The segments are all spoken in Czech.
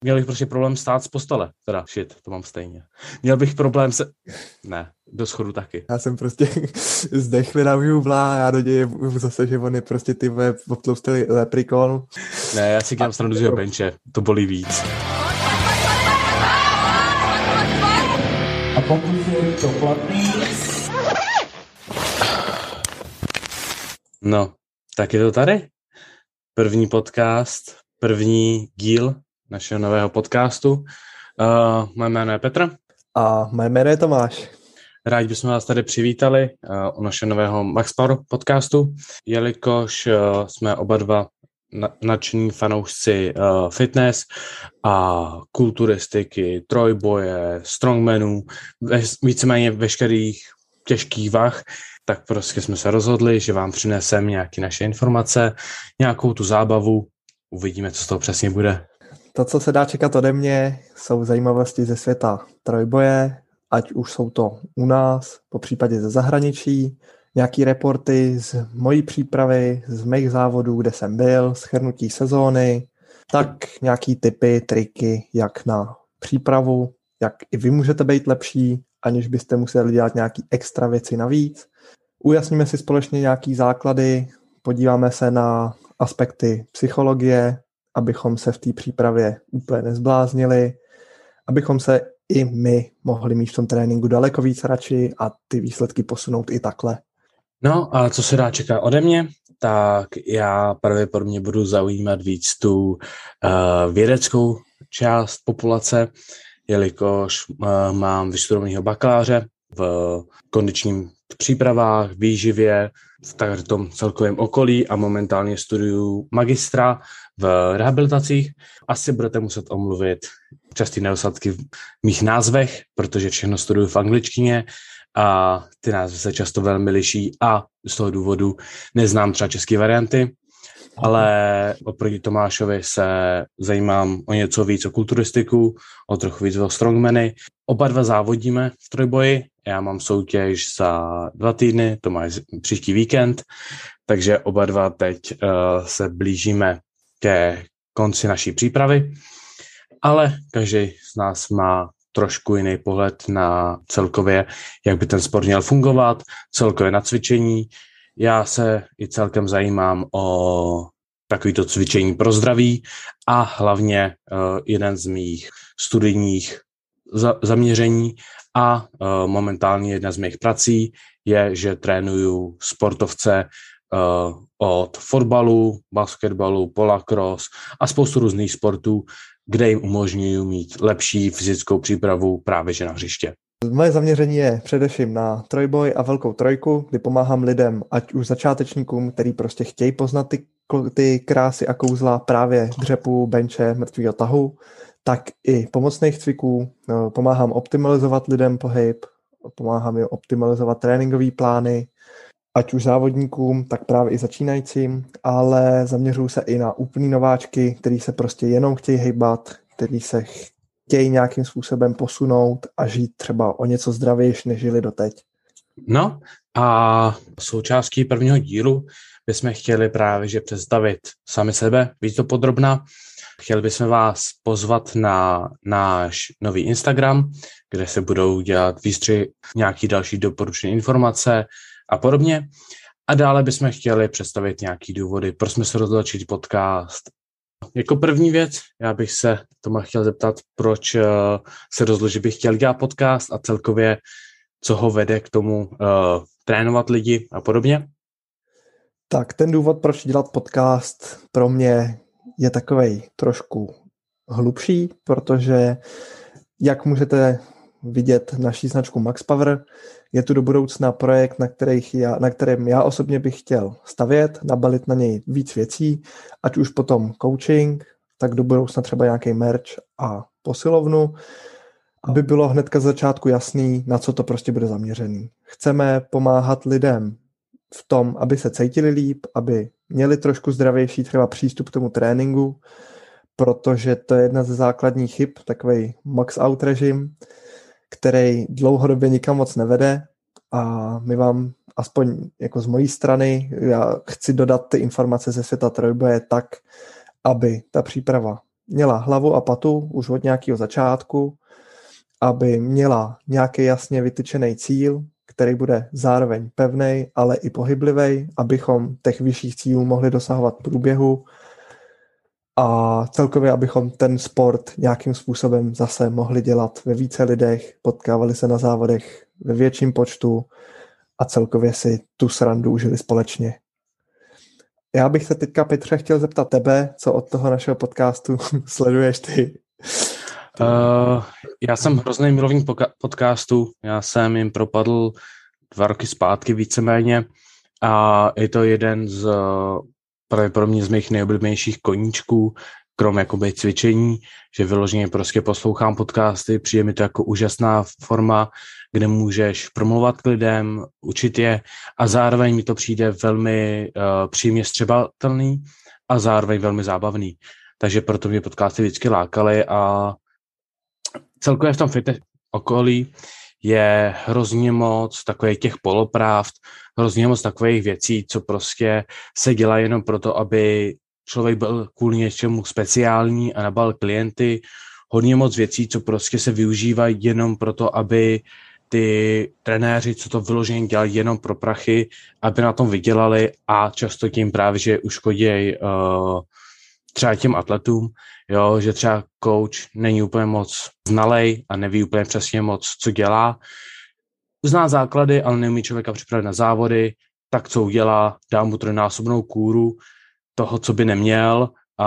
Měl bych prostě problém stát z postele. Teda, to mám stejně. Měl bych problém se... Ne, do schodu taky. Já jsem prostě zdechlina vlá, já do něj zase, že on je prostě ty obtloustelý leprikon. Ne, já si dělám stranu z jeho benče, to bolí víc. A pokud je to platný... No, tak je to tady. První podcast, první díl našeho nového podcastu. Moje jméno je Petr. A moje jméno je Tomáš. Rádi bychom vás tady přivítali u našeho nového Max Power podcastu, jelikož jsme oba dva nadšení fanoušci fitness a kulturistiky, trojboje, strongmanů, víceméně veškerých těžkých vah, tak prostě jsme se rozhodli, že vám přineseme nějaké naše informace, nějakou tu zábavu, uvidíme, co z toho přesně bude. To, co se dá čekat ode mě, jsou zajímavosti ze světa trojboje, ať už jsou to u nás, po případě ze zahraničí, nějaký reporty z mojí přípravy, z mých závodů, kde jsem byl, shrnutí sezóny, tak nějaký tipy, triky, jak na přípravu, jak i vy můžete být lepší, aniž byste museli dělat nějaký extra věci navíc. Ujasníme si společně nějaký základy, podíváme se na aspekty psychologie, abychom se v té přípravě úplně nezbláznili, abychom se i my mohli mít v tom tréninku daleko víc radši a ty výsledky posunout i takhle. No a co se dá čekat ode mě, tak já pravděpodobně budu zaujímat víc tu vědeckou část populace, jelikož mám vystudovaného bakaláře v kondičním přípravách, výživě, v tom celkovém okolí a momentálně studuju magistra v rehabilitacích. Asi budete muset omluvit častý nedostatky v mých názvech, protože všechno studuju v angličtině a ty názvy se často velmi liší a z toho důvodu neznám třeba české varianty, ale oproti Tomášovi se zajímám o něco víc o kulturistiku, o trochu víc o strongmany. Oba dva závodíme v trojboji, já mám soutěž za 2 týdny, Tomáš příští víkend, takže oba dva teď se blížíme ke konci naší přípravy, ale každý z nás má trošku jiný pohled na celkově, jak by ten sport měl fungovat, celkově na cvičení. Já se i celkem zajímám o takovýto cvičení pro zdraví a hlavně jeden z mých studijních zaměření a momentálně jedna z mých prací je, že trénuju sportovce od fotbalu, basketbalu, polakros a spoustu různých sportů, kde jim umožňují mít lepší fyzickou přípravu právě že na hřiště. Moje zaměření je především na trojboj a velkou trojku, kdy pomáhám lidem, ať už začátečníkům, který prostě chtějí poznat ty krásy a kouzla právě dřepu, benče, mrtvýho tahu, tak i pomocných cviků. Pomáhám optimalizovat lidem pohyb, pomáhám jim optimalizovat tréninkové plány, ať už závodníkům, tak právě i začínajícím, ale zaměřuju se i na úplný nováčky, který se prostě jenom chtějí hejbat, který se chtějí nějakým způsobem posunout a žít třeba o něco zdravější, než žili doteď. No a součástí prvního dílu bychom chtěli právě že představit sami sebe víc dopodrobna. Chtěli bychom vás pozvat na náš nový Instagram, kde se budou dělat výstřihy, nějaký další doporučené informace a podobně. A dále bychom chtěli představit nějaký důvody, proč jsme se rozhodli začít podcast. Jako první věc, já bych se Toma chtěl zeptat, proč se rozhodl, že bych chtěl dělat podcast a celkově, co ho vede k tomu trénovat lidi a podobně. Tak ten důvod, proč dělat podcast, pro mě je takovej trošku hlubší, protože jak můžete vidět naší značku Max Power, je tu do budoucna projekt, na kterém já osobně bych chtěl stavět, nabalit na něj víc věcí, ať už potom coaching, tak do budoucna třeba nějaký merch a posilovnu, aby bylo hnedka z začátku jasný, na co to prostě bude zaměřený. Chceme pomáhat lidem v tom, aby se cítili líp, aby měli trošku zdravější třeba přístup k tomu tréninku, protože to je jedna ze základních chyb, takovej max out režim, který dlouhodobě nikam moc nevede a my vám aspoň jako z mojí strany, já chci dodat ty informace ze světa trojboje tak, aby ta příprava měla hlavu a patu už od nějakého začátku, aby měla nějaký jasně vytyčený cíl, který bude zároveň pevnej, ale i pohyblivý, abychom těch vyšších cílů mohli dosahovat v průběhu a celkově, abychom ten sport nějakým způsobem zase mohli dělat ve více lidech, potkávali se na závodech ve větším počtu a celkově si tu srandu užili společně. Já bych se teďka, Petře, chtěl zeptat tebe, co od toho našeho podcastu sleduješ ty? Já jsem hrozný milovník podcastu, já jsem jim propadl 2 roky zpátky víceméně a je to jeden z pravděpodobně z mých nejoblíbenějších koníčků, krom jakoby cvičení, že vyloženě prostě poslouchám podcasty, přijde mi to jako úžasná forma, kde můžeš promluvat k lidem, učit je a zároveň mi to přijde velmi příjemně střebatelný a zároveň velmi zábavný. Takže proto mě podcasty vždycky lákaly a celkově v tom fitness okolí je hrozně moc takových těch polopravd, hrozně moc takových věcí, co prostě se dělá jenom proto, aby člověk byl kvůli něčemu speciální a nabal klienty. Hodně moc věcí, co prostě se využívají jenom proto, aby ty trenéři, co to vyloženě dělají jenom pro prachy, aby na tom vydělali a často tím právě, že uškodějí třeba těm atletům, jo, že třeba coach není úplně moc znalej a neví úplně přesně moc, co dělá. Uzná základy, ale neumí člověka připravit na závody, tak co udělá, dá mu trojnásobnou kůru toho, co by neměl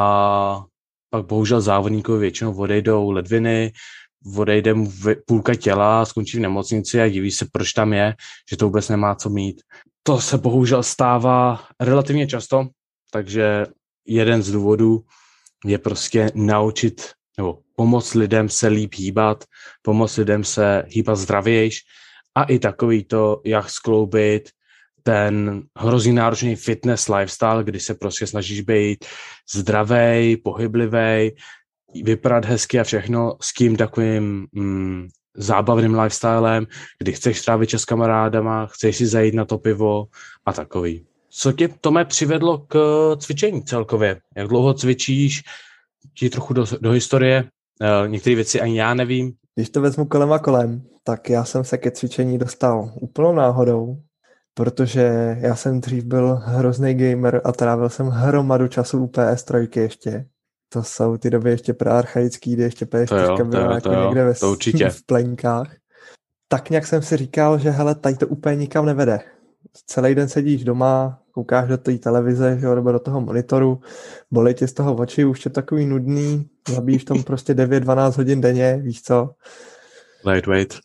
a pak bohužel závodníkovi většinou odejdou ledviny, odejde mu půlka těla, skončí v nemocnici a diví se, proč tam je, že to vůbec nemá co mít. To se bohužel stává relativně často, takže jeden z důvodů je prostě naučit nebo pomoct lidem se líp hýbat, pomoct lidem se hýbat zdravějš a i takový to, jak skloubit ten hrozně náročný fitness lifestyle, kdy se prostě snažíš být zdravej, pohyblivej, vypadat hezky a všechno s tím takovým zábavným lifestylem, kdy chceš strávit čas s kamarádama, chceš si zajít na to pivo a takový. Co tě, Tome, přivedlo k cvičení celkově? Jak dlouho cvičíš? Ti trochu do historie? Některé věci ani já nevím. Když to vezmu kolem a kolem, tak já jsem se ke cvičení dostal úplnou náhodou, protože já jsem dřív byl hrozný gamer a trávil jsem hromadu času u PS3 ještě. To jsou ty doby ještě prearchaický, kdy ještě PS4 byla jako někde v plenkách. Tak nějak jsem si říkal, že hele, tady to úplně nikam nevede. Celý den sedíš doma, koukáš do té televize, že jo, nebo do toho monitoru, bolí tě z toho oči, už je takový nudný, zabíjíš tam prostě 9-12 hodin denně, víš co? Lightweight.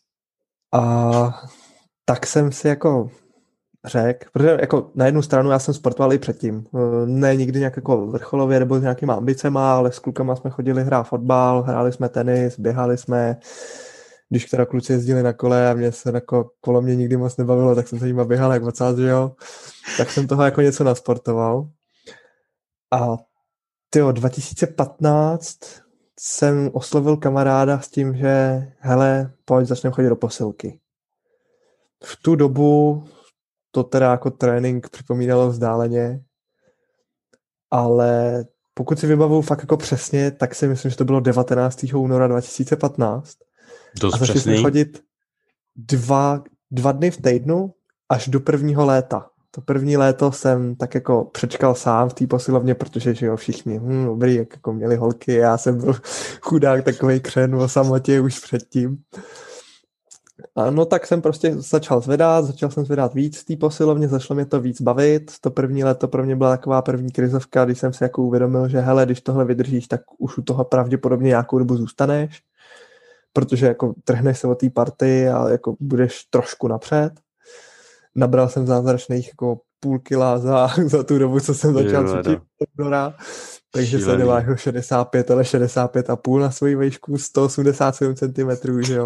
A tak jsem si jako řekl, protože jako na jednu stranu já jsem sportoval i předtím, ne nikdy nějak jako vrcholově nebo s nějakýma ambicema, ale s klukama jsme chodili hrát fotbal, hráli jsme tenis, běhali jsme, když teda kluci jezdili na kole a mě se jako kolo mě nikdy moc nebavilo, tak jsem se jima běhal jak ocás, že jo, tak jsem toho jako něco nasportoval. A 2015 jsem oslovil kamaráda s tím, že hele, pojď, začneme chodit do posilky. V tu dobu to teda jako trénink připomínalo vzdáleně, ale pokud si vybavuju fakt jako přesně, tak si myslím, že to bylo 19. února 2015. Dost a začali jsme chodit dva dny v týdnu až do 1. léta. To 1. léto jsem tak jako přečkal sám v té posilovně, protože že jo, všichni dobrý, jako měli holky, já jsem byl chudák takovej křen o samotě už předtím. A no tak jsem prostě začal jsem zvedat víc z té posilovně, začalo mě to víc bavit. To 1. léto pro mě byla taková první krizovka, když jsem si jako uvědomil, že hele, když tohle vydržíš, tak už u toho pravděpodobně nějakou dobu zůstaneš, protože jako trhneš se od té party a jako budeš trošku napřed. Nabral jsem zázračných jako půl kila za tu dobu, co jsem začal cvičit. Takže jsem nevážil 65, ale 65,5 na svoji výšku, 187 cm, že jo.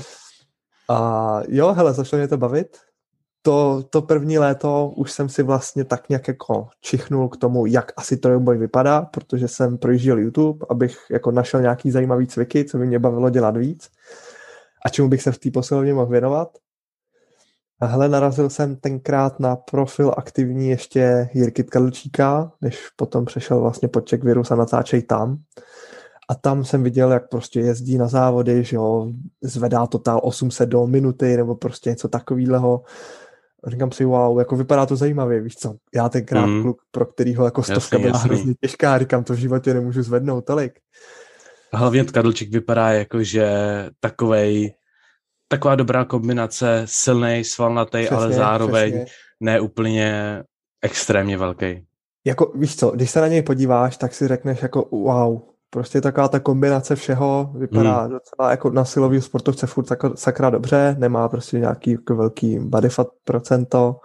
A jo, hele, začalo mě to bavit. To 1. léto už jsem si vlastně tak nějak jako čichnul k tomu, jak asi trojboj vypadá, protože jsem projížděl YouTube, abych jako našel nějaký zajímavý cviky, co by mě bavilo dělat víc a čemu bych se v té posilovně mohl věnovat. A hele, narazil jsem tenkrát na profil aktivní ještě Jirky Tkalčíka, než potom přešel vlastně pod Czech Virus a natáčej tam. A tam jsem viděl, jak prostě jezdí na závody, že jo, zvedá totál 800 do minuty, nebo prostě něco takového. Říkám si, wow, jako vypadá to zajímavě, víš co. Já tenkrát kluk, pro kterýho jako stovka byla hrozně těžká, říkám, to v životě nemůžu zvednout tolik. Hlavně Kadlčík vypadá jako, že taková dobrá kombinace, silnej, svalnatý, ale zároveň ne úplně extrémně velký. Jako, víš co, když se na něj podíváš, tak si řekneš jako wow, prostě taková ta kombinace všeho vypadá docela jako na silový sportovce furt jako sakra dobře, nemá prostě nějaký jako velký body fat procento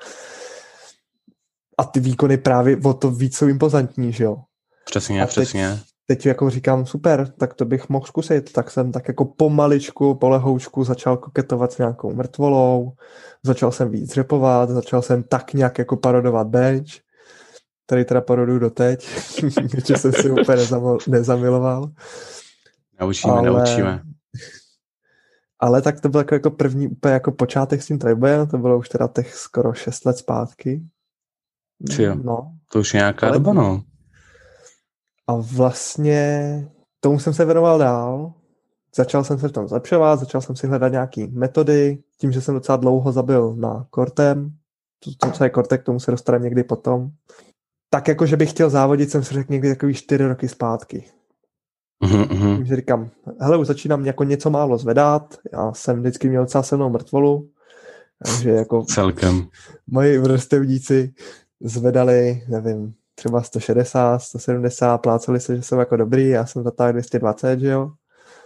a ty výkony právě o to víc jsou impozantní, že jo? Přesně. Teď jako říkám, super, tak to bych mohl zkusit. Tak jsem tak jako pomaličku, polehoučku začal koketovat s nějakou mrtvolou, začal jsem víc řepovat, začal jsem tak nějak jako parodovat bench, který teda paroduju doteď, že jsem si úplně nezamiloval. Naučíme. Ale tak to byl jako první úplně jako počátek s tím trojbojem, to bylo už teda těch skoro 6 let zpátky. No, to už je nějaká doba, no. A vlastně tomu jsem se věnoval dál. Začal jsem se v tom zlepšovat, začal jsem si hledat nějaký metody, tím, že jsem docela dlouho zabil na kortem. To, co je kortek, k tomu se dostaneme někdy potom. Tak jako, že bych chtěl závodit, jsem si řekl někdy takový 4 roky zpátky. Tím, že říkám, hele, už začínám jako něco málo zvedat, já jsem vždycky měl docela silnou mrtvolu, takže jako celkem moji vrstevníci zvedali, nevím, třeba 160, 170, plácali se, že jsou jako dobrý, já jsem zatáhl 220, že jo?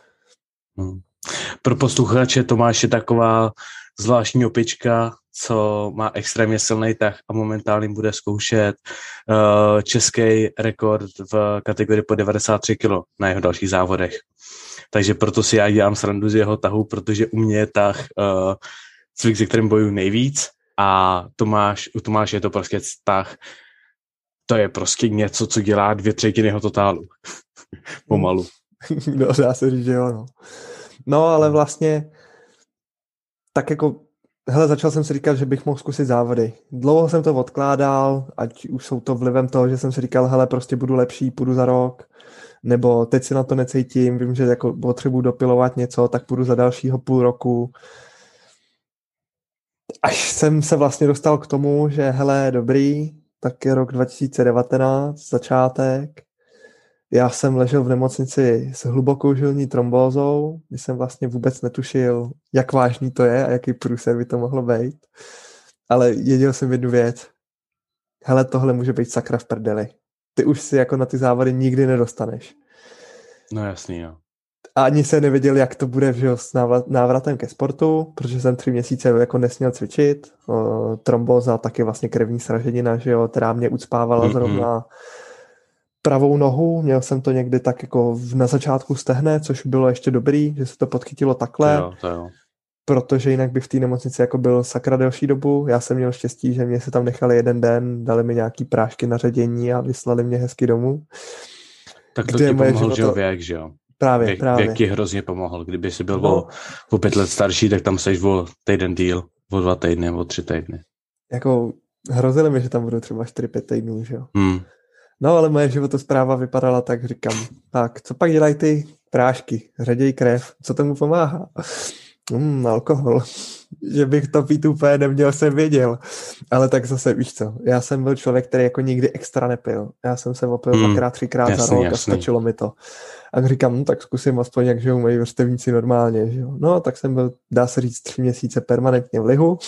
Pro posluchače Tomáš je taková zvláštní opička, co má extrémně silný tah a momentálně bude zkoušet český rekord v kategorii po 93 kg na jeho dalších závodech. Takže proto si já dělám srandu z jeho tahu, protože u mě je tah cvik, se kterým bojuju nejvíc a u Tomáše je to prostě tah, to je prostě něco, co dělá 2/3 jeho totálu. Pomalu. No, dá se říct, že jo, no. No, ale vlastně tak jako, hele, začal jsem si říkat, že bych mohl zkusit závody. Dlouho jsem to odkládal, ať už jsou to vlivem toho, že jsem si říkal, hele, prostě budu lepší, půjdu za rok, nebo teď si na to necítím, vím, že jako potřebuji dopilovat něco, tak půjdu za dalšího půl roku. Až jsem se vlastně dostal k tomu, že hele, dobrý, tak je rok 2019, začátek. Já jsem ležel v nemocnici s hlubokou žilní trombózou, kdy jsem vlastně vůbec netušil, jak vážný to je a jaký průser by to mohlo být. Ale věděl jsem jednu věc. Hele, tohle může být sakra v prdeli. Ty už si jako na ty závody nikdy nedostaneš. No jasný, jo. A ani jsem nevěděl, jak to bude, že, s návratem ke sportu, protože jsem 3 měsíce jako nesměl cvičit. Trombóza, taky vlastně krevní sraženina, že jo, která mě ucpávala zrovna pravou nohu. Měl jsem to někdy tak jako na začátku stehne, což bylo ještě dobrý, že se to podchytilo takhle. To jo. Protože jinak by v té nemocnici jako byl sakra delší dobu. Já jsem měl štěstí, že mě se tam nechali jeden den, dali mi nějaký prášky na ředění a vyslali mě hezky domů. Tak to ti pomohl, že jo, věk, že jo? Právě. Věk ti hrozně pomohl. Kdyby jsi byl o 5 let starší, tak tam seš o týden díl, o 2 týdny, o 3 týdny. Jako hrozili mi, že tam budou třeba 4-5 týdnů, že jo? No, ale moje životospráva vypadala tak, říkám, tak, co pak dělají ty prášky? Ředěj krev, co tomu pomáhá? Alkohol. Že bych to pít úplně neměl, jsem věděl. Ale tak zase, víš co, já jsem byl člověk, který jako nikdy extra nepil. Já jsem se opil 2x, 3x za rok a stačilo mi to. A říkám, tak zkusím aspoň, jak žijou moji vrstevníci normálně, že jo. No, tak jsem byl, dá se říct, 3 měsíce permanentně v lihu.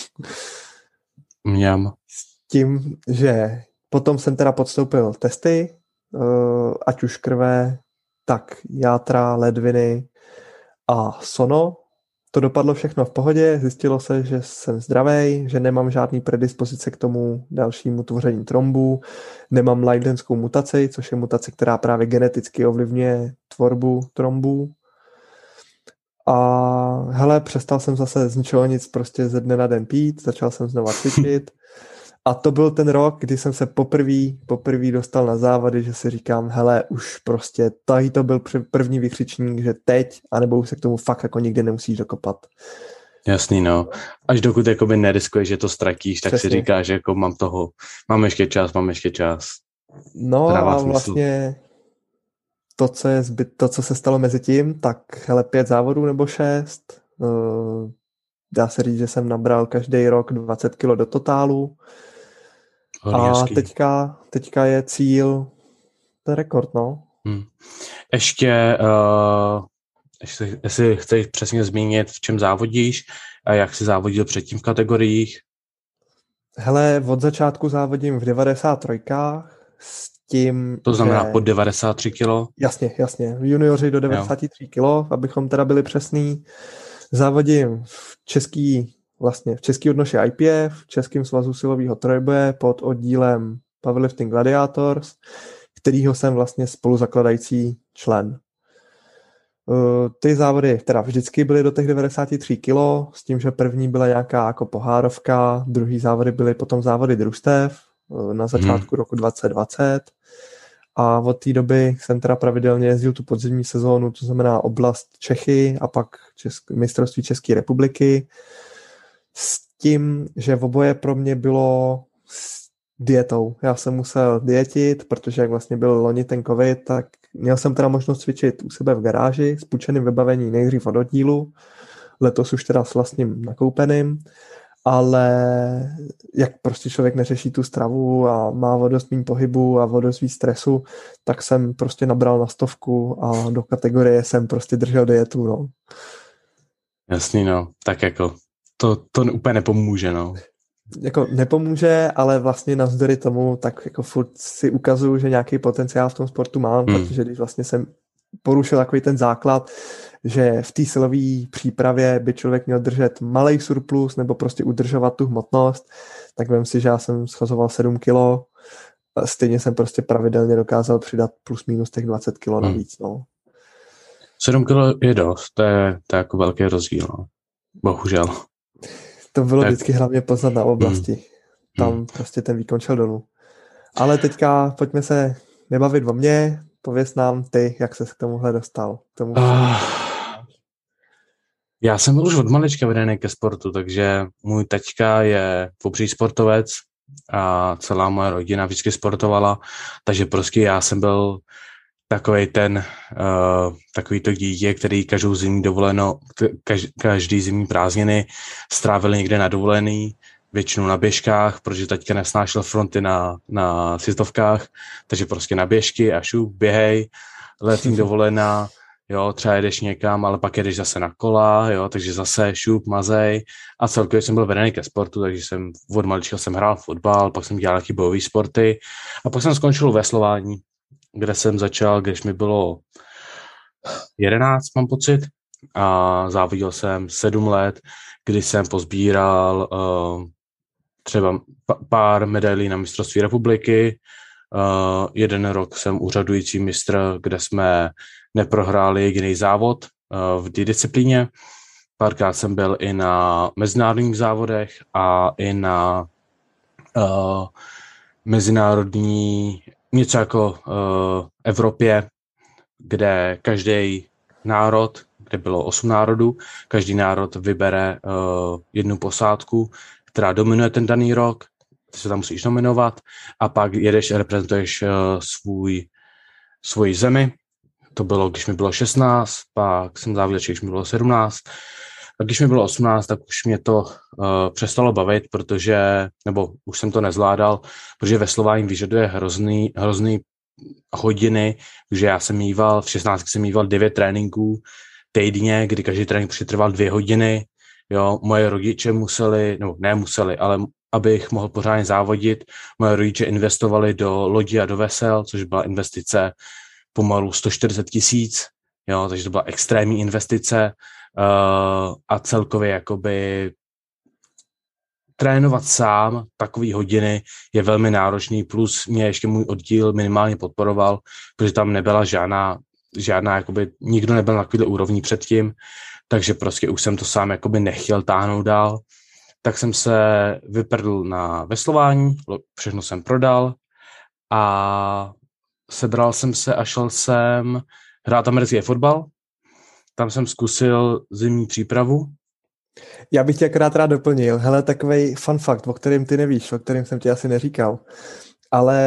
S tím, že potom jsem teda podstoupil testy, ať už krve, tak játra, ledviny a sono. To dopadlo všechno v pohodě, zjistilo se, že jsem zdravý, že nemám žádný predispozice k tomu dalšímu tvoření trombů, nemám Leidenskou mutaci, což je mutace, která právě geneticky ovlivňuje tvorbu trombů. A hele, přestal jsem zase z ničeho nic prostě ze dne na den pít, začal jsem znova cvičit. A to byl ten rok, kdy jsem se poprvé dostal na závody, že si říkám, hele, už prostě tady to byl první vykřičník, že teď, anebo už se k tomu fakt jako nikdy nemusíš dokopat. Jasný, no. Až dokud jakoby neriskuješ, že to ztratíš, tak přesně si říkáš, že jako mám ještě čas. No a vlastně to, co se stalo mezi tím, tak hele, 5 závodů nebo 6. Dá se říct, že jsem nabral každý rok 20 kilo do totálu. A teďka je cíl ten rekord, no. Ještě, jestli chceš přesně zmínit, v čem závodíš a jak jsi závodil předtím v kategoriích? Hele, od začátku závodím v 93 s tím, to znamená pod 93 kilo? Jasně. Junioři do 93 kilo, abychom teda byli přesný. Závodím v český odnoši IPF, v Českém svazu silového trojboje pod oddílem Powerlifting Gladiators, kterýho jsem vlastně spoluzakladající člen. Ty závody teda vždycky byly do těch 93 kilo, s tím, že první byla nějaká jako pohárovka, druhý závody byly potom závody družstev na začátku roku 2020 a od té doby jsem teda pravidelně jezdil tu podzimní sezónu, to znamená oblast Čechy a pak mistrovství České republiky, s tím, že v oboje pro mě bylo s dietou. Já jsem musel dietit, protože jak vlastně byl loni ten covid, tak měl jsem teda možnost cvičit u sebe v garáži s půjčeným vybavením nejdřív od oddílu, letos už teda s vlastním nakoupeným, ale jak prostě člověk neřeší tu stravu a má o dost méně pohybu a o dost víc stresu, tak jsem prostě nabral na 100 a do kategorie jsem prostě držel dietu, no. Jasný, no. Tak jako to úplně nepomůže, no. Jako nepomůže, ale vlastně navzdory tomu tak jako furt si ukazuju, že nějaký potenciál v tom sportu mám, protože když vlastně jsem porušil takový ten základ, že v té silové přípravě by člověk měl držet malej surplus nebo prostě udržovat tu hmotnost, tak vím si, že já jsem schazoval 7 kilo, stejně jsem prostě pravidelně dokázal přidat plus minus těch 20 kilo navíc, no. 7 kilo je dost, to je jako velký rozdíl, no. Bohužel. To bylo vždycky hlavně poznat na oblasti. Tam prostě ten výkon šel dolů. Ale teďka pojďme se nebavit o mně, pověz nám ty, jak ses k tomuhle dostal. Já jsem byl už od malička vedený ke sportu, takže můj taťka je pobří sportovec a celá moje rodina vždycky sportovala, takže prostě já jsem byl takový to dítě, který každou zimní dovolenou, každý zimní prázdniny strávil někde na dovolený, většinou na běžkách, protože taťka nesnášel fronty na sjezdovkách, takže prostě na běžky a šup, běhej, letní dovolená, jo, třeba jedeš někam, ale pak jedeš zase na kola, jo, takže zase šup, mazej a celkově jsem byl vedený ke sportu, takže jsem od malička jsem hrál fotbal, pak jsem dělal nějaký bojový sporty a pak jsem skončil veslování, kde jsem začal, když mi bylo 11, mám pocit, a závodil jsem 7 let, kdy jsem pozbíral třeba pár medailí na mistrovství republiky. Jeden rok jsem úřadující mistr, kde jsme neprohráli jediný závod v disciplíně. Párkrát jsem byl i na mezinárodních závodech a i na mezinárodní něco jako Evropě, kde každý národ, kde bylo 8 národů, každý národ vybere jednu posádku, která dominuje ten daný rok, ty se tam musíš nominovat a pak jedeš a reprezentuješ svoji zemi. To bylo, když mi bylo 16, pak jsem závodil, když mi bylo 17. A když mi bylo 18, tak už mě to přestalo bavit, nebo už jsem to nezvládal, protože veslování vyžaduje hrozný hodiny, že já jsem v 16 jsem mýval 9 tréninků týdně, kdy každý trénink přitrval 2 hodiny. Jo, moje rodiče nemuseli, ale abych mohl pořádně závodit, moje rodiče investovali do lodi a do vesel, což byla investice pomalu 140 000, jo, takže to byla extrémní investice a celkově jakoby trénovat sám takový hodiny je velmi náročný, plus mě ještě můj oddíl minimálně podporoval, protože tam nebyla žádná jakoby, nikdo nebyl na takovýhle úrovni předtím, takže prostě už jsem to sám jakoby nechtěl táhnout dál, tak jsem se vyprdl na veslování, všechno jsem prodal a sebral jsem se a šel jsem hrát americký fotbal, tam jsem zkusil zimní přípravu. Já bych tě akorát rád doplnil. Hele, takovej fun fact, o kterém ty nevíš, o kterém jsem ti asi neříkal. Ale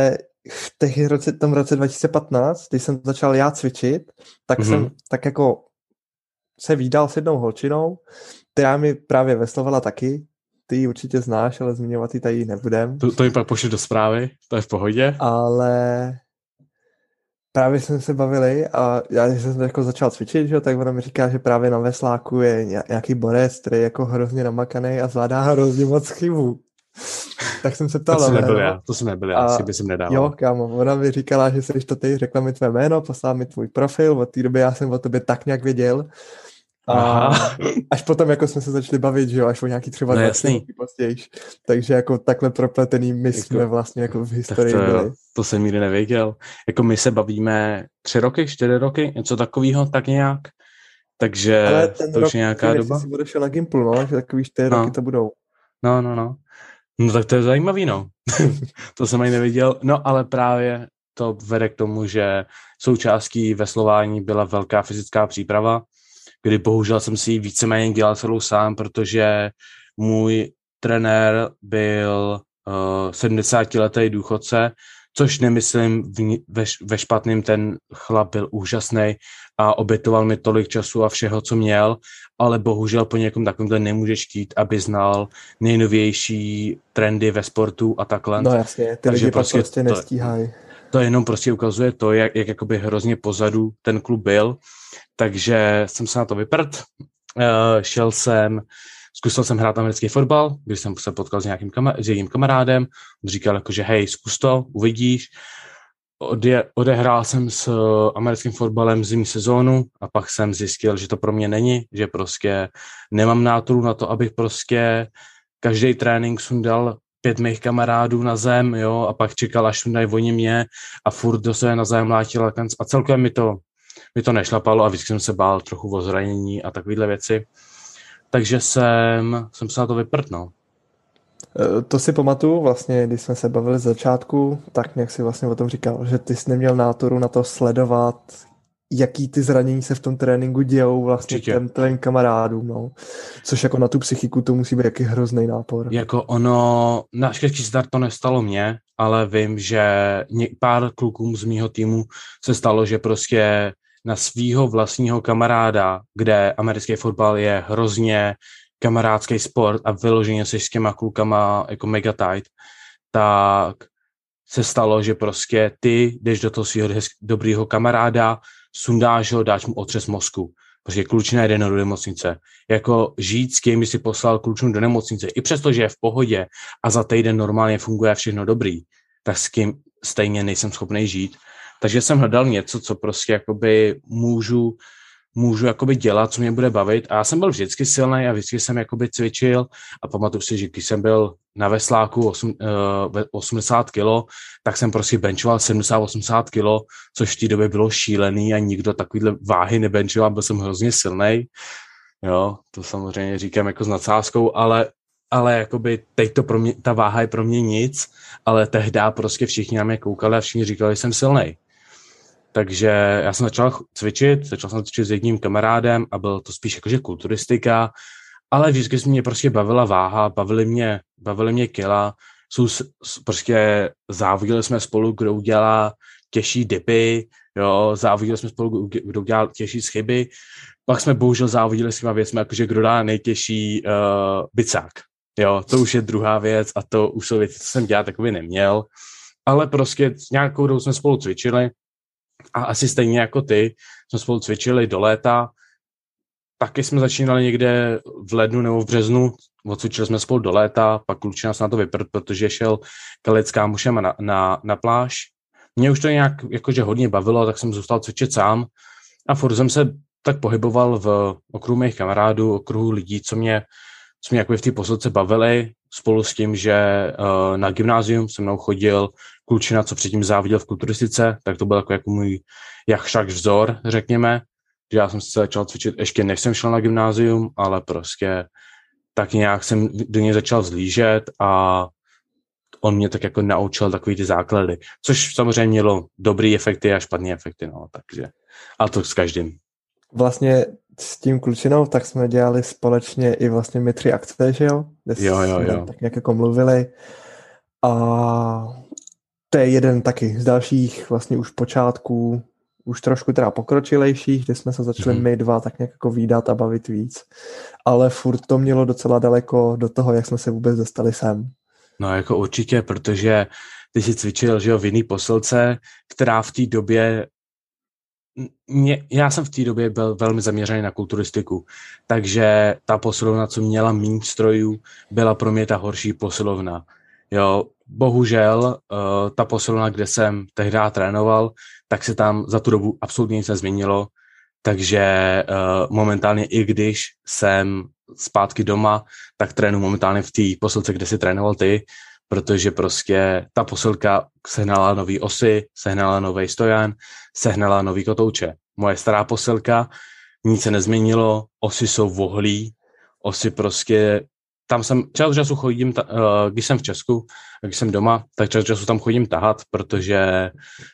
v tom roce 2015, když jsem začal já cvičit, tak jsem tak jako se vídal s jednou holčinou, která mi právě veslovala taky. Ty ji určitě znáš, ale zmiňovat ji tady nebudem. To mi pak pošli do zprávy, to je v pohodě. Ale právě jsme se bavili a já, když jsem jako začal cvičit, že, tak ona mi říká, že právě na vesláku je nějaký borec, který je jako hrozně namakaný a zvládá hrozně moc chybu. Tak jsem se ptal. To jsem nebyl já, si jsem nedával. Jo, kámo, ona mi říkala, že jsi to ty, řekla mi tvé jméno, poslala mi tvůj profil, od té doby já jsem o tobě tak nějak věděl. A až potom jako jsme se začali bavit, že jo, až o nějaký třeba 2 roky později. Takže jako takhle propletený my jako, jsme vlastně jako v historii byli. To jsem nikdy nevěděl. jako my se bavíme 3 roky, 4 roky, něco takového, tak nějak. Takže ale ten to už je nějaká doba. Ale jsi odešel na Gimplu, no, že takový 4 roky to budou. No. No tak to je zajímavý, no. To jsem ani neviděl. No ale právě to vede k tomu, že součástí veslování byla velká fyzická příprava, kdy bohužel jsem si ji víceméně dělal celou sám, protože můj trenér byl 70letý důchodce, což nemyslím ve špatným, ten chlap byl úžasný a obětoval mi tolik času a všeho, co měl, ale bohužel po někom takovémhle nemůžeš chtít, aby znal nejnovější trendy ve sportu a takhle. No jasně, ty lidi prostě nestíhají. To jenom prostě ukazuje to, jak jakoby hrozně pozadu ten klub byl, takže jsem se na to vyprt, zkusil jsem hrát americký fotbal, když jsem se potkal s jedním kamarádem, on říkal jako, že hej, zkus to, uvidíš. Odehrál jsem s americkým fotbalem zimní sezónu a pak jsem zjistil, že to pro mě není, že prostě nemám náturu na to, abych prostě každý trénink sundal 5 mých kamarádů na zem, jo, a pak čekal, až sundají oni mě a furt do sebe na zem mlátil a celkem mi to nešlapalo a vždycky jsem se bál trochu o zranění a takovéhle věci. Takže jsem se na to vyprt, no. To si pamatuju, vlastně, když jsme se bavili z začátku, tak nějak si vlastně o tom říkal, že ty jsi neměl náturu na to sledovat, jaký ty zranění se v tom tréninku dějou vlastně tvým kamarádům, no. Což jako na tu psychiku to musí být jaký hrozný nápor. Jako ono, na štěstí start to nestalo mě, ale vím, že pár klukům z mýho týmu se stalo, že prostě na svýho vlastního kamaráda, kde americký fotbal je hrozně kamarádský sport a vyloženě jsi s těma klukama jako mega tight, tak se stalo, že prostě ty jdeš do toho svýho dobrýho kamaráda, sundáš ho, dáš mu otřes mozku. Protože klučina jde do nemocnice. Jako žít s kým by si poslal klučinu do nemocnice, i přesto, že je v pohodě a za týden normálně funguje všechno dobrý, tak s kým stejně nejsem schopný žít. Takže jsem hledal něco, co prostě jakoby můžu jakoby dělat, co mě bude bavit. A já jsem byl vždycky silný a vždycky jsem jakoby cvičil a pamatuju si, že když jsem byl na vesláku 80 kg, tak jsem prostě benchoval 70-80 kg, což v té době bylo šílený a nikdo takovýhle váhy nebenchoval, byl jsem hrozně silný. Jo, to samozřejmě říkám jako s nadsázkou, ale jakoby teď to pro mě, ta váha je pro mě nic, ale tehdy prostě všichni na mě koukali a všichni říkali, že jsem silný. Takže já jsem začal cvičit s jedním kamarádem a bylo to spíš jakože kulturistika, ale vždycky mě prostě bavila váha, bavily mě kila, prostě závodili jsme spolu, kdo udělá těžší dipy, jo, závodili jsme spolu, kdo udělá těžší schyby, pak jsme bohužel závodili s těma věcmi, jakože kdo dá nejtěžší bicák, jo, to už je druhá věc a to už jsou věci, co jsem dělat takový neměl, ale prostě nějakou dobu jsme spolu cvičili. A asi stejně jako ty, jsme spolu cvičili do léta, taky jsme začínali někde v lednu nebo v březnu, odcvičili jsme spolu do léta, pak klučina se na to vyprt, protože šel kalit s kámošem na pláž. Mě už to nějak jakože hodně bavilo, tak jsem zůstal cvičit sám a furt jsem se tak pohyboval v okruhu mých kamarádů, okruhu lidí, co mě jako v té posledce bavili, spolu s tím, že na gymnázium se mnou chodil klučina, co předtím záviděl v kulturistice, tak to byl jako můj jakšak vzor, řekněme, že já jsem se začal cvičit ještě než jsem šel na gymnázium, ale prostě tak nějak jsem do něj začal vzlížet a on mě tak jako naučil takový ty základy, což samozřejmě mělo dobrý efekty a špatný efekty, no, takže a to s každým. Vlastně s tím klučinou, tak jsme dělali společně i vlastně my 3 akce, že jo? Jo. Tak nějak jako mluvili a to je jeden taky z dalších vlastně už počátků, už trošku teda pokročilejších, kde jsme se začali my dva tak nějak jako vídat a bavit víc. Ale furt to mělo docela daleko do toho, jak jsme se vůbec dostali sem. No jako určitě, protože ty jsi cvičil, že jo, v jiný posilce, která v té době já jsem v té době byl velmi zaměřený na kulturistiku, takže ta posilovna, co měla méně strojů, byla pro mě ta horší posilovna. Jo, bohužel ta posilovna, kde jsem tehdy trénoval, tak se tam za tu dobu absolutně nic nezměnilo, takže momentálně i když jsem zpátky doma, tak trénuji momentálně v té posilce, kde si trénoval ty, protože prostě ta posilka sehnala nový osy, sehnala nový stojan, sehnala nový kotouče. Moje stará posilka, nic se nezměnilo, osy jsou vohlí, osy prostě, tam jsem čas času chodím, když jsem v Česku, když jsem doma, tak čas času tam chodím tahat, protože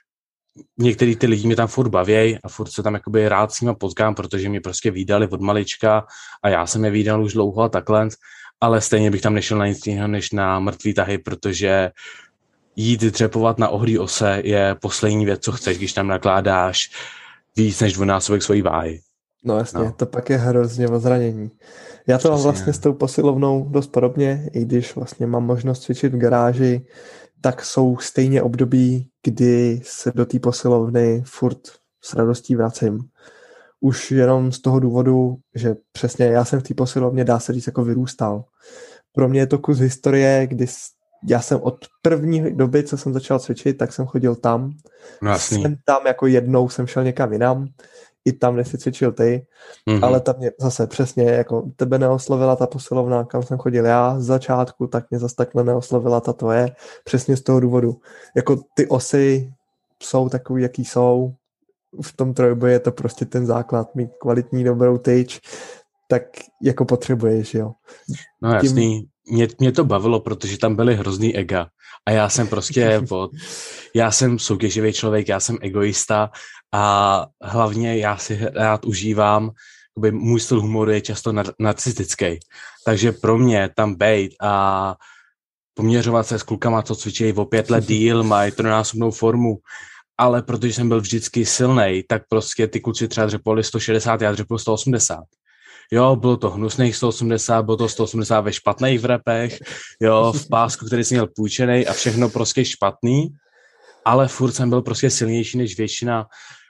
některý ty lidi mě tam furt bavěj a furt se tam jakoby rád s nima potkám, protože mě prostě vídali od malička a já jsem je vídal už dlouho a takhle, ale stejně bych tam nešel na nic jiného než na mrtvý tahy, protože jít dřepovat na ohrý ose je poslední věc, co chceš, když tam nakládáš víc než dvojnásobek svojí váhy. No jasně, no. To pak je hrozně o zranění. Já to mám vlastně s tou posilovnou dost podobně, i když vlastně mám možnost cvičit v garáži, tak jsou stejně období, kdy se do té posilovny furt s radostí vracím. Už jenom z toho důvodu, že přesně já jsem v té posilovně, dá se říct, jako vyrůstal. Pro mě je to kus historie, kdy já jsem od první doby, co jsem začal cvičit, tak jsem chodil tam. No, jsem tam jako jednou jsem šel někam jinam, i tam, kde jsi cvičil ty, ale tam mě zase přesně, jako tebe neoslovila ta posilovna, kam jsem chodil já z začátku, tak mě zase takhle neoslovila ta tvoje, přesně z toho důvodu. Jako ty osy jsou takový, jaký jsou, v tom trojboji je to prostě ten základ, mít kvalitní, dobrou tyč, tak jako potřebuješ, jo. No jasný, mě to bavilo, protože tam byly hrozný ega a já jsem prostě já jsem soutěživý člověk, já jsem egoista a hlavně já si rád užívám, můj styl humoru je často narcistický, takže pro mě tam bejt a poměřovat se s klukama, co cvičí o 5 let díl, mají trojnásobnou formu, ale protože jsem byl vždycky silnej, tak prostě ty kluci třeba dřepovali 160, já dřepil 180. Jo, bylo to hnusných 180, bylo to 180 ve špatných vrepech, jo, v pásku, který jsem měl půjčenej a všechno prostě špatný, ale furt jsem byl prostě silnější než většina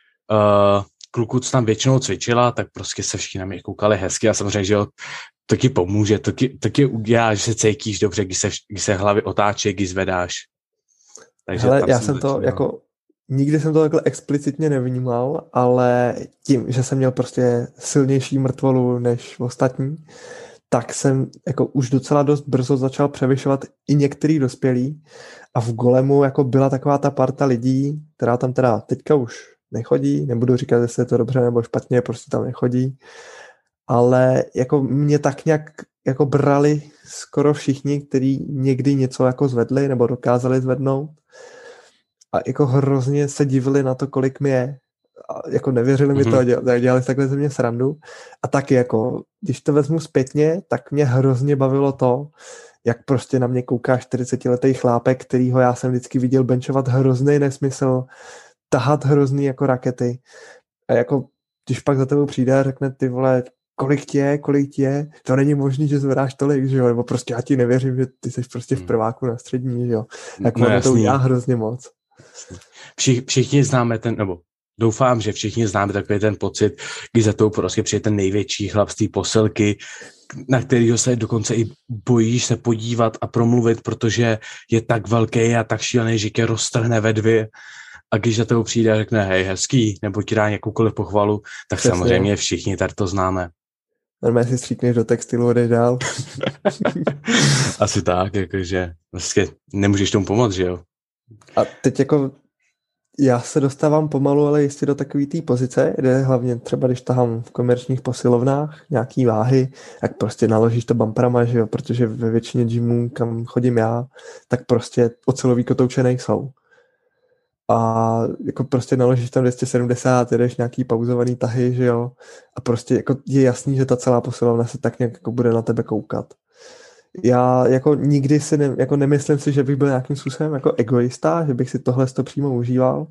kluků, co tam většinou cvičila, tak prostě se všichni na mě koukali hezky a samozřejmě, že jo, to ti pomůže, to ti udělá, že se cítíš dobře, když se hlavy otáčí, když zvedáš. Takže hele, já jsem to jako nikdy jsem to takhle explicitně nevnímal, ale tím, že jsem měl prostě silnější mrtvolu než ostatní, tak jsem jako už docela dost brzo začal převyšovat i některý dospělí a v Golemu jako byla taková ta parta lidí, která tam teda teďka už nechodí, nebudu říkat, jestli je to dobře nebo špatně, prostě tam nechodí, ale jako mě tak nějak jako brali skoro všichni, kteří někdy něco jako zvedli nebo dokázali zvednout. A jako hrozně se divili na to, kolik mi je. A jako nevěřili mi to a dělali takhle ze mě srandu. A taky jako, když to vezmu zpětně, tak mě hrozně bavilo to, jak prostě na mě kouká 40letý chlápek, kterýho já jsem vždycky viděl benchovat hrozný nesmysl, tahat hrozný jako rakety. A jako, když pak za tebou přijde a řekne, ty vole, kolik ti je, to není možný, že zvedáš tolik, že jo, nebo prostě já ti nevěřím, že ty jsi prostě v prváku na střední, že jo. Tak no, to udělá hrozně moc. Všichni známe nebo doufám, že všichni známe takový ten pocit, když za tou prostě přijde ten největší chlap z té posilky, na kterýho se dokonce i bojíš se podívat a promluvit, protože je tak velký a tak šílený, že tě roztrhne ve dvě. A když za tebou přijde a řekne hej, hezký, nebo ti dá jakoukoliv pochvalu, tak přesně. Samozřejmě všichni tady to známe. Normálně si stříkneš do textilu a jdeš dál. Asi tak, jakože vlastně nemůžeš tomu pomoct, že jo? A teď jako já se dostávám pomalu, ale jistě do takové té pozice, kde hlavně třeba, když tahám v komerčních posilovnách nějaký váhy, jak prostě naložíš to bumperama, že jo, protože ve většině gymů, kam chodím já, tak prostě ocelový kotouče nejsou. A jako prostě naložíš tam 270, jedeš nějaký pauzovaný tahy, že jo, a prostě jako je jasný, že ta celá posilovna se tak nějak jako bude na tebe koukat. Já jako nikdy si jako nemyslím si, že bych byl nějakým způsobem jako egoista, že bych si tohle to přímo užíval,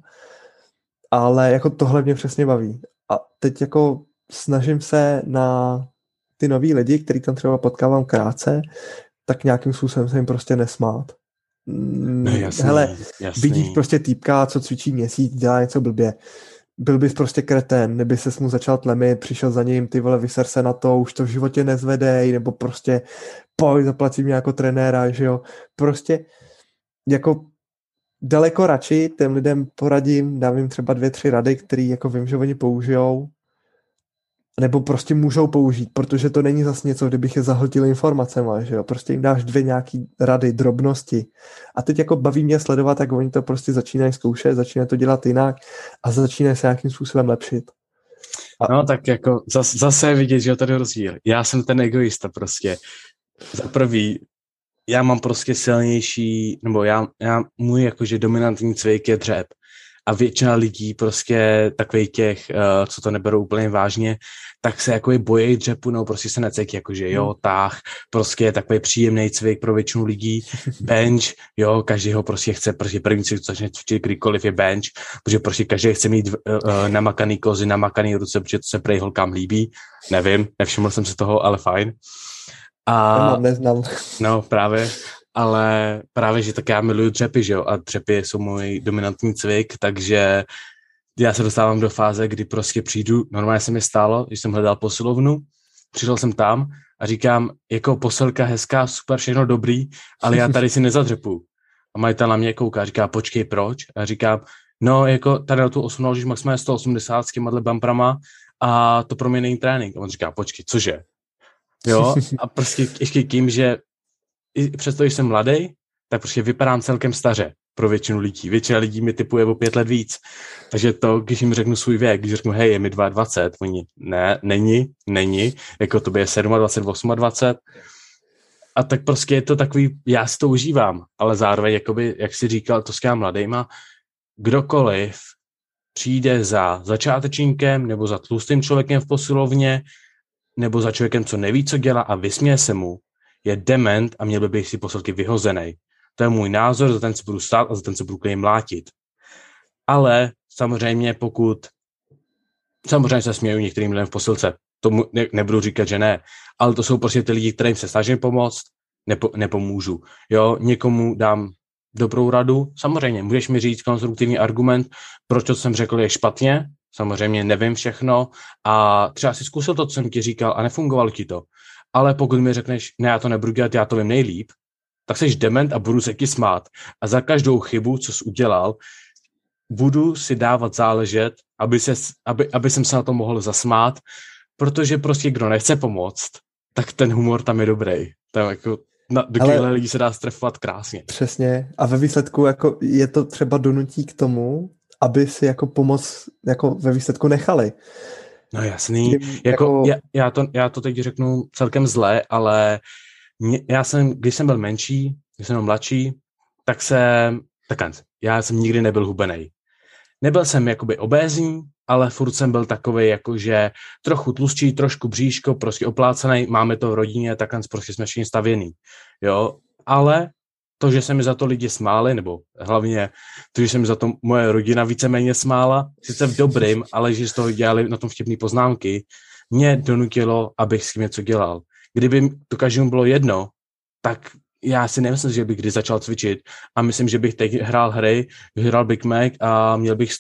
ale jako tohle mě přesně baví. A teď jako snažím se na ty nový lidi, který tam třeba potkávám krátce, tak nějakým způsobem se jim prostě nesmát. No jasný, Hele, vidíš jasný. prostě týpka, co cvičí měsíc, dělá něco blbě. Byl bys prostě kretén, neby ses mu začal tlemit, přišel za ním, ty vole, vyser se na to, už to v životě nezvedej, nebo prostě pojď, zaplatím mě jako trenéra, že jo. Prostě jako daleko radši těm lidem poradím, dám jim třeba 2-3 rady, které jako vím, že oni použijou, nebo prostě můžou použít, protože to není zase něco, kdybych je zahltil informacema, že jo, prostě jim dáš 2 nějaký rady, drobnosti a teď jako baví mě sledovat, jak oni to prostě začínají zkoušet, začínají to dělat jinak a začínají se nějakým způsobem lepšit. No tak jako zase vidět, že je tady rozdíl. Já jsem ten egoista prostě. Za prvý, já mám prostě silnější, nebo můj jakože dominantní cvik je dřep. A většina lidí prostě takových těch, co to neberou úplně vážně, tak se jako bojí dřepu, nebo prostě se necítí, jakože jo, táh, prostě je takový příjemný cvik pro většinu lidí, bench, jo, každý ho prostě chce, prostě první cvik, co začne cvičit kdykoliv je bench, protože prostě každý chce mít namakaný kozy, namakaný ruce, protože to se prej holkám líbí, nevím, nevšiml jsem se toho, ale fajn. A Neznám. No právě, ale právě, že tak já miluju dřepy, že jo, a dřepy jsou můj dominantní cvik, takže já se dostávám do fáze, kdy prostě přijdu, normálně se mi stálo, že jsem hledal posilovnu, přišel jsem tam a říkám, jako posilka hezká, super, všechno dobrý, ale já tady si nezadřepu. A majitel na mě kouká, říká, počkej, proč? A říkám, no, jako tady na tu osu naložíš maximálně 180 s těma bumprama a to pro mě není trénink. A on říká, počkej, cože? Jo, a prostě ještě tím, že i přesto, že jsem mladý, tak prostě vypadám celkem staře pro většinu lidí. Většina lidí mi typuje o 5 let víc. Takže to, když jim řeknu svůj věk, když řeknu, hej, je mi 22, oni, ne, není, jako to by je 27, 28. A tak prostě je to takový, já si to užívám, ale zároveň, jakoby, jak jsi říkal, to s těma mladejma, kdokoliv přijde za začátečníkem nebo za tlustým člověkem v posilovně, nebo za člověkem, co neví, co dělá a vysměje se mu, je dement a měl by být si posilky vyhozený. To je můj názor, za ten se budu stát a za ten se budu klidně mlátit. Ale samozřejmě samozřejmě se směju některým lidem v posilce, tomu nebudu říkat, že ne, ale to jsou prostě ty lidi, kterým se snažím pomoct, nepomůžu. Jo, někomu dám dobrou radu, samozřejmě můžeš mi říct konstruktivní argument, proč to jsem řekl je špatně, samozřejmě nevím všechno a třeba si zkusil to, co jsem ti říkal a nefungovalo ti to. Ale pokud mi řekneš, ne, já to nebudu dělat, já to vím nejlíp, tak seš dement a budu se ti smát. A za každou chybu, co jsi udělal, budu si dávat záležet, aby jsem se na to mohl zasmát, protože prostě kdo nechce pomoct, tak ten humor tam je dobrý. Tam jako do těchto lidí se dá strefovat krásně. Přesně. A ve výsledku jako je to třeba donutí k tomu, aby si jako pomoc jako ve výsledku nechali. No jasný. Já to teď řeknu celkem zle, ale když jsem byl menší, když jsem byl mladší, já jsem nikdy nebyl hubenej. Nebyl jsem jakoby obézní, ale furt jsem byl takovej jakože trochu tlustší, trošku bříško, prostě oplácený, máme to v rodině, takhle prostě jsme všichni stavěný. Jo, ale to, že se mi za to lidi smáli, nebo hlavně to, že se mi za to moje rodina víceméně smála, sice v dobrým, ale že z toho dělali na tom vtipný poznámky, mě donutilo, abych s tím něco dělal. Kdyby to každému bylo jedno, tak já si nemyslím, že bych kdy začal cvičit a myslím, že bych teď hrál hry, vyhrál Big Mac a měl bych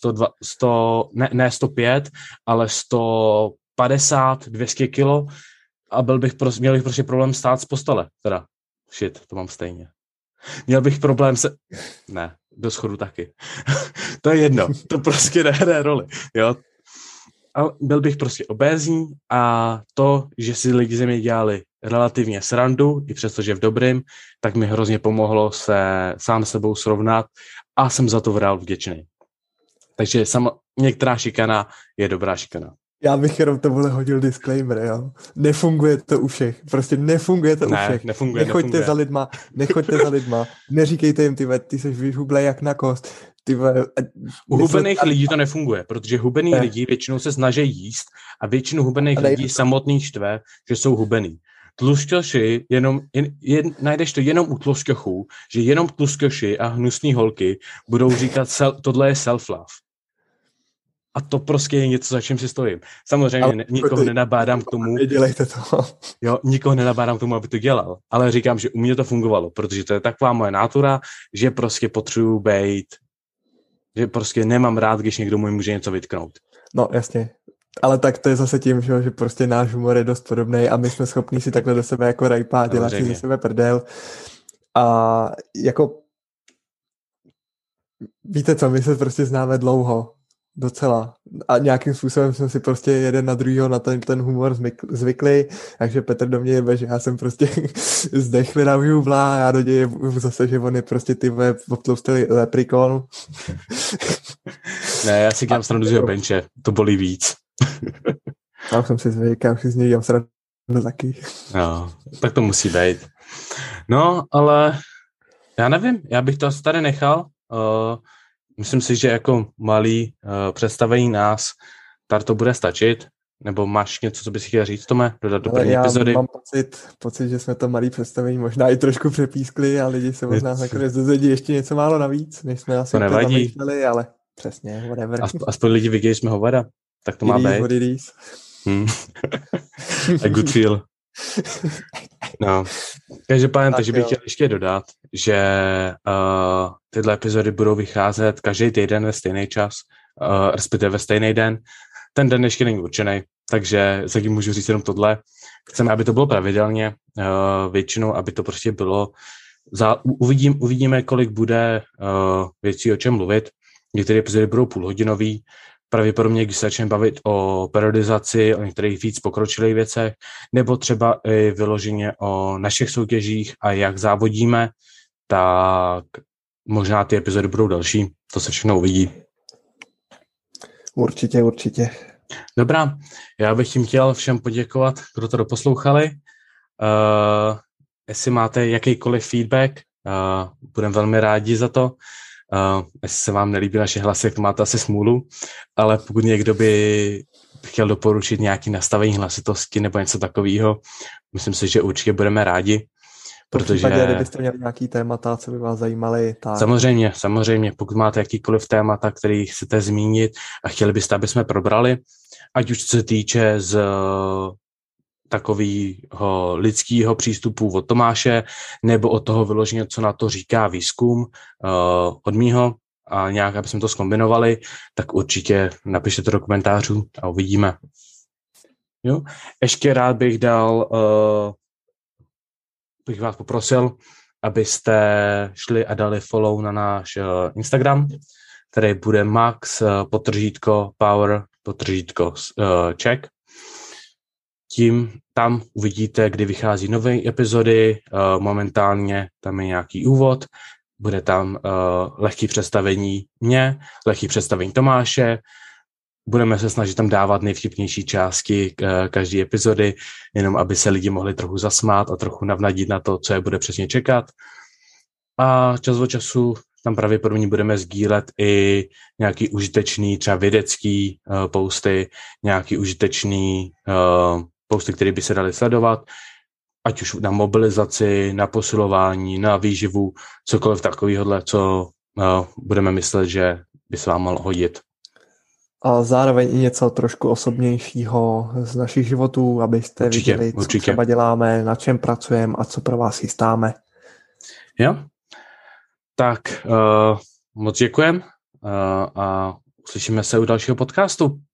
105, ale 150, 200 kilo a měl bych prostě problém stát z postele. Teda, to mám stejně. Měl bych problém Ne, do schodu taky. To je jedno, to prostě nehraje roli, jo. A byl bych prostě obézní a to, že si lidi ze mě dělali relativně srandu, i přesto, že v dobrým, tak mi hrozně pomohlo se sám sebou srovnat a jsem za to vrál vděčný. Takže některá šikana je dobrá šikana. Já bych jenom tomuhle hodil disclaimer, jo. Nefunguje to u všech. Prostě nefunguje to u všech. Nechoďte za lidma. Neříkejte jim, ty seš vyhublej jak na kost. U hubených lidí to nefunguje, protože hubený lidi většinou se snaží jíst a většinu hubených lidí samotných štve, že jsou hubený. tlusťoši, najdeš to jenom u tlusťochů, že jenom tlusťoši a hnusný holky budou říkat, tohle je self-love. A to prostě je něco, za čím si stojím. Samozřejmě nikoho nenabádám k tomu. Dělejte to. Jo, nikoho nenabádám k tomu, aby to dělal. Ale říkám, že u mě to fungovalo, protože to je taková moje nátura, že prostě potřebuji být, že prostě nemám rád, když někdo mi může něco vytknout. No, jasně. Ale tak to je zase tím, že prostě náš humor je dost podobný a my jsme schopní si takhle do sebe jako rajpá, dělat si ze sebe prdel. A jako víte co, my se prostě známe dlouho. Docela. A nějakým způsobem jsme si prostě jeden na druhýho na ten humor zvykli, takže Petr do mě jebe, že já jsem prostě zdechlý na výhubla a já do něj zase, že on je prostě ty obtloustelý leprikon. Ne, já si dělám srandu z jeho benče, to bolí víc. Já jsem si zvyk, já si z něj dělám srandu taky. No, tak to musí být. No, ale já nevím, já bych to asi tady nechal. Myslím si, že jako malý představení nás tady to bude stačit. Nebo máš něco, co bys chtěl říct, Tome? Dodat do první epizody? Já mám pocit, že jsme to malý představení možná i trošku přepískli a lidi se možná nakonec dozvědí ještě něco málo navíc, než jsme asi zamýšleli, ale přesně, whatever. Aspoň lidi viděli jsme hovada. Tak to má být. A good feel. No. Každopádně, takže bych chtěl ještě dodat, že tyhle epizody budou vycházet každý týden ve stejný čas, respektive ve stejný den. Ten den ještě není určený, takže zatím můžu říct jenom tohle. Chceme, aby to bylo pravidelně, většinou, aby to prostě bylo. Uvidíme, kolik bude věcí, o čem mluvit. Některé epizody budou půlhodinový. Pravděpodobně, když se začneme bavit o periodizaci, o některých víc pokročilých věcech, nebo třeba i vyloženě o našich soutěžích a jak závodíme, tak možná ty epizody budou další. To se všechno uvidí. Určitě. Dobrá, já bych tím chtěl všem poděkovat, kdo to doposlouchali. Jestli máte jakýkoliv feedback, budeme velmi rádi za to. Jestli se vám nelíbí naše hlasy, jak to máte asi smůlu, ale pokud někdo by chtěl doporučit nějaké nastavení hlasitosti nebo něco takového, myslím si, že určitě budeme rádi. Protože kdybyste měli nějaký témata, co by vás zajímaly, tak... Samozřejmě, pokud máte jakýkoliv témata, který chcete zmínit a chtěli byste, aby jsme probrali, ať už co se týče z takového lidského přístupu od Tomáše, nebo od toho vyloženě, co na to říká výzkum od mýho a nějak, aby jsme to zkombinovali, tak určitě napište to do komentářů a uvidíme. Jo? Ještě rád bych bych vás poprosil, abyste šli a dali follow na náš Instagram, který bude max_power_check. Tam uvidíte, kdy vychází nové epizody, momentálně tam je nějaký úvod, bude tam lehký představení mě, lehký představení Tomáše, budeme se snažit tam dávat nejvtipnější části každé epizody, jenom aby se lidi mohli trochu zasmát a trochu navnadit na to, co je bude přesně čekat. A čas od času tam pravděpodobně budeme sdílet i nějaký užitečný, třeba vědecký posty, nějaký užitečný posty, které by se daly sledovat, ať už na mobilizaci, na posilování, na výživu, cokoliv takového, co budeme myslet, že by se vám mohlo hodit. A zároveň i něco trošku osobnějšího z našich životů, abyste viděli, co třeba děláme, na čem pracujeme a co pro vás chystáme. Jo, tak moc děkujem a uslyšíme se u dalšího podcastu.